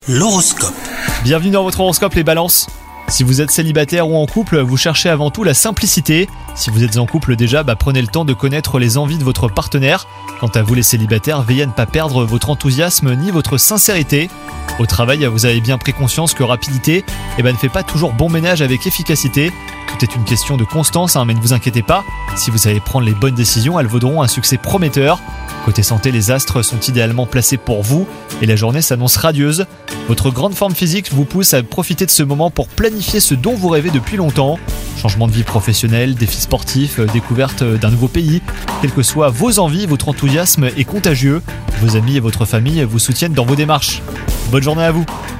L'horoscope. Bienvenue dans votre horoscope les balances. Si vous êtes célibataire ou en couple, vous cherchez avant tout la simplicité. Si vous êtes en couple déjà, prenez le temps de connaître les envies de votre partenaire. Quant à vous les célibataires, veillez à ne pas perdre votre enthousiasme ni votre sincérité. Au travail, vous avez bien pris conscience que rapidité ne fait pas toujours bon ménage avec efficacité. Tout est une question de constance, mais ne vous inquiétez pas. Si vous savez prendre les bonnes décisions, elles vaudront un succès prometteur. Côté santé, les astres sont idéalement placés pour vous et la journée s'annonce radieuse. Votre grande forme physique vous pousse à profiter de ce moment pour planifier ce dont vous rêvez depuis longtemps. Changement de vie professionnelle, défis sportifs, découverte d'un nouveau pays. Quelles que soient vos envies, votre enthousiasme est contagieux. Vos amis et votre famille vous soutiennent dans vos démarches. Bonne journée à vous!